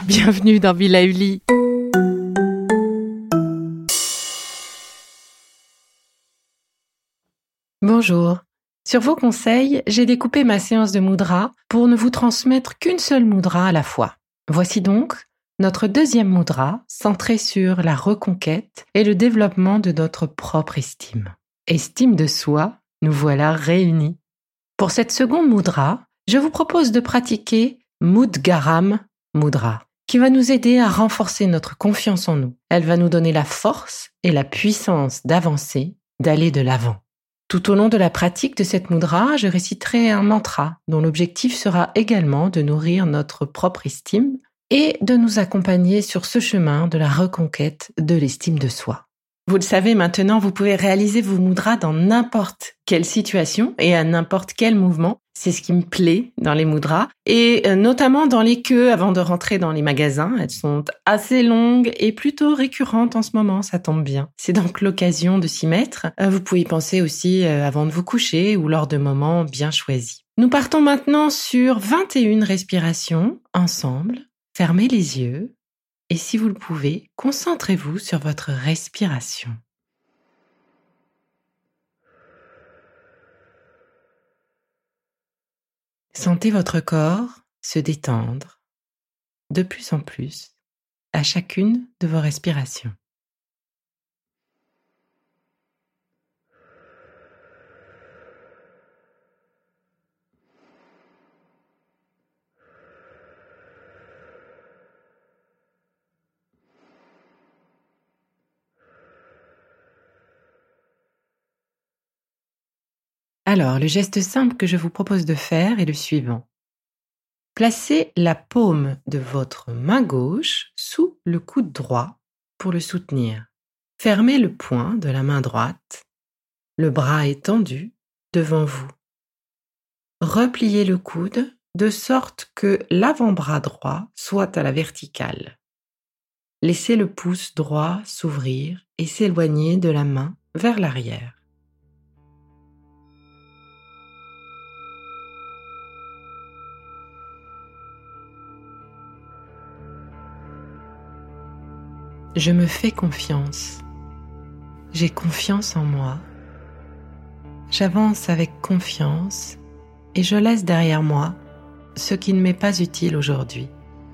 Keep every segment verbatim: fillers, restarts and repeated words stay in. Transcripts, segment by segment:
Bienvenue dans Villa Uli. Bonjour. Sur vos conseils, j'ai découpé ma séance de mudra pour ne vous transmettre qu'une seule mudra à la fois. Voici donc notre deuxième mudra centrée sur la reconquête et le développement de notre propre estime. Estime de soi, nous voilà réunis. Pour cette seconde mudra, je vous propose de pratiquer Mudgaram Mudra, qui va nous aider à renforcer notre confiance en nous. Elle va nous donner la force et la puissance d'avancer, d'aller de l'avant. Tout au long de la pratique de cette mudra, je réciterai un mantra dont l'objectif sera également de nourrir notre propre estime et de nous accompagner sur ce chemin de la reconquête de l'estime de soi. Vous le savez maintenant, vous pouvez réaliser vos mudras dans n'importe quelle situation et à n'importe quel mouvement. C'est ce qui me plaît dans les mudras et notamment dans les queues avant de rentrer dans les magasins. Elles sont assez longues et plutôt récurrentes en ce moment, ça tombe bien. C'est donc l'occasion de s'y mettre. Vous pouvez y penser aussi avant de vous coucher ou lors de moments bien choisis. Nous partons maintenant sur vingt et une respirations ensemble. Fermez les yeux. Et si vous le pouvez, concentrez-vous sur votre respiration. Sentez votre corps se détendre de plus en plus à chacune de vos respirations. Alors, le geste simple que je vous propose de faire est le suivant. Placez la paume de votre main gauche sous le coude droit pour le soutenir. Fermez le poing de la main droite, le bras étendu devant vous. Repliez le coude de sorte que l'avant-bras droit soit à la verticale. Laissez le pouce droit s'ouvrir et s'éloigner de la main vers l'arrière. Je me fais confiance. J'ai confiance en moi. J'avance avec confiance et je laisse derrière moi ce qui ne m'est pas utile aujourd'hui.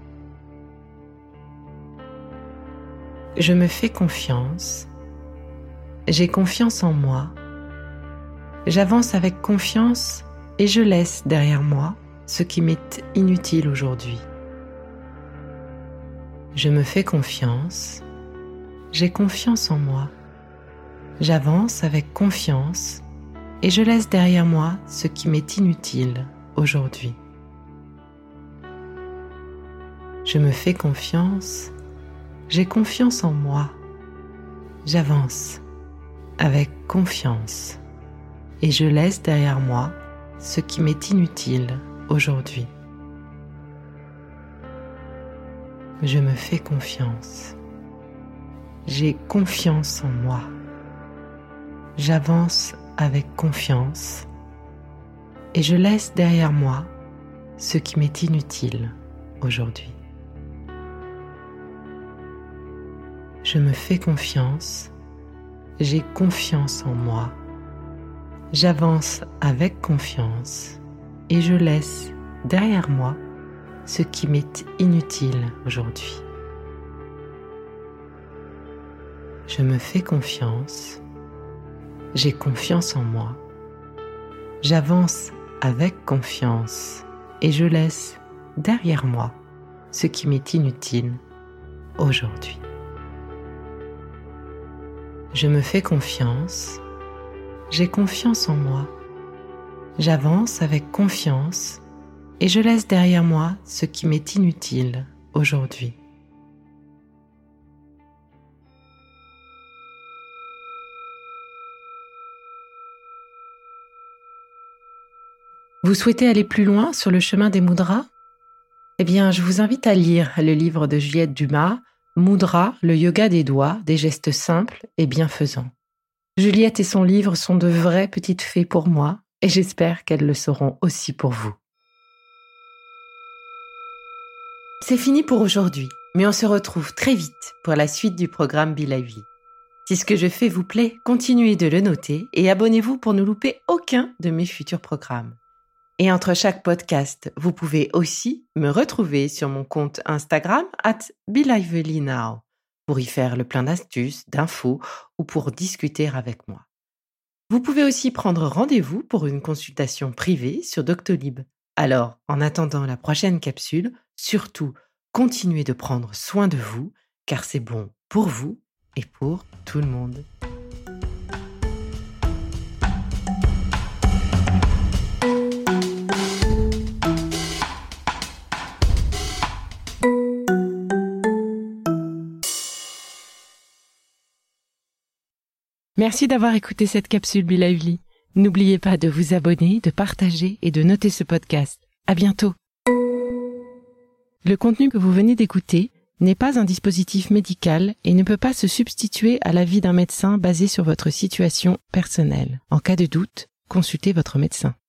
Je me fais confiance. J'ai confiance en moi. J'avance avec confiance et je laisse derrière moi ce qui m'est inutile aujourd'hui. Je me fais confiance. J'ai confiance en moi. J'avance avec confiance et je laisse derrière moi ce qui m'est inutile aujourd'hui. Je me fais confiance. J'ai confiance en moi. J'avance avec confiance et je laisse derrière moi ce qui m'est inutile aujourd'hui. Je me fais confiance. J'ai confiance en moi. J'avance avec confiance et je laisse derrière moi ce qui m'est inutile aujourd'hui. Je me fais confiance. J'ai confiance en moi. J'avance avec confiance et je laisse derrière moi ce qui m'est inutile aujourd'hui. Je me fais confiance. J'ai confiance en moi. J'avance avec confiance et je laisse derrière moi ce qui m'est inutile aujourd'hui. Je me fais confiance. J'ai confiance en moi. J'avance avec confiance et je laisse derrière moi ce qui m'est inutile aujourd'hui. Vous souhaitez aller plus loin sur le chemin des mudras ? Eh bien, je vous invite à lire le livre de Juliette Dumas, Mudra, le yoga des doigts, des gestes simples et bienfaisants. Juliette et son livre sont de vraies petites fées pour moi et j'espère qu'elles le seront aussi pour vous. C'est fini pour aujourd'hui, mais on se retrouve très vite pour la suite du programme Be Lively. Si ce que je fais vous plaît, continuez de le noter et abonnez-vous pour ne louper aucun de mes futurs programmes. Et entre chaque podcast, vous pouvez aussi me retrouver sur mon compte Instagram arobase be lively now pour y faire le plein d'astuces, d'infos ou pour discuter avec moi. Vous pouvez aussi prendre rendez-vous pour une consultation privée sur Doctolib. Alors, en attendant la prochaine capsule, surtout, continuez de prendre soin de vous, car c'est bon pour vous et pour tout le monde. Merci d'avoir écouté cette capsule Be Lively. N'oubliez pas de vous abonner, de partager et de noter ce podcast. À bientôt. Le contenu que vous venez d'écouter n'est pas un dispositif médical et ne peut pas se substituer à l'avis d'un médecin basé sur votre situation personnelle. En cas de doute, consultez votre médecin.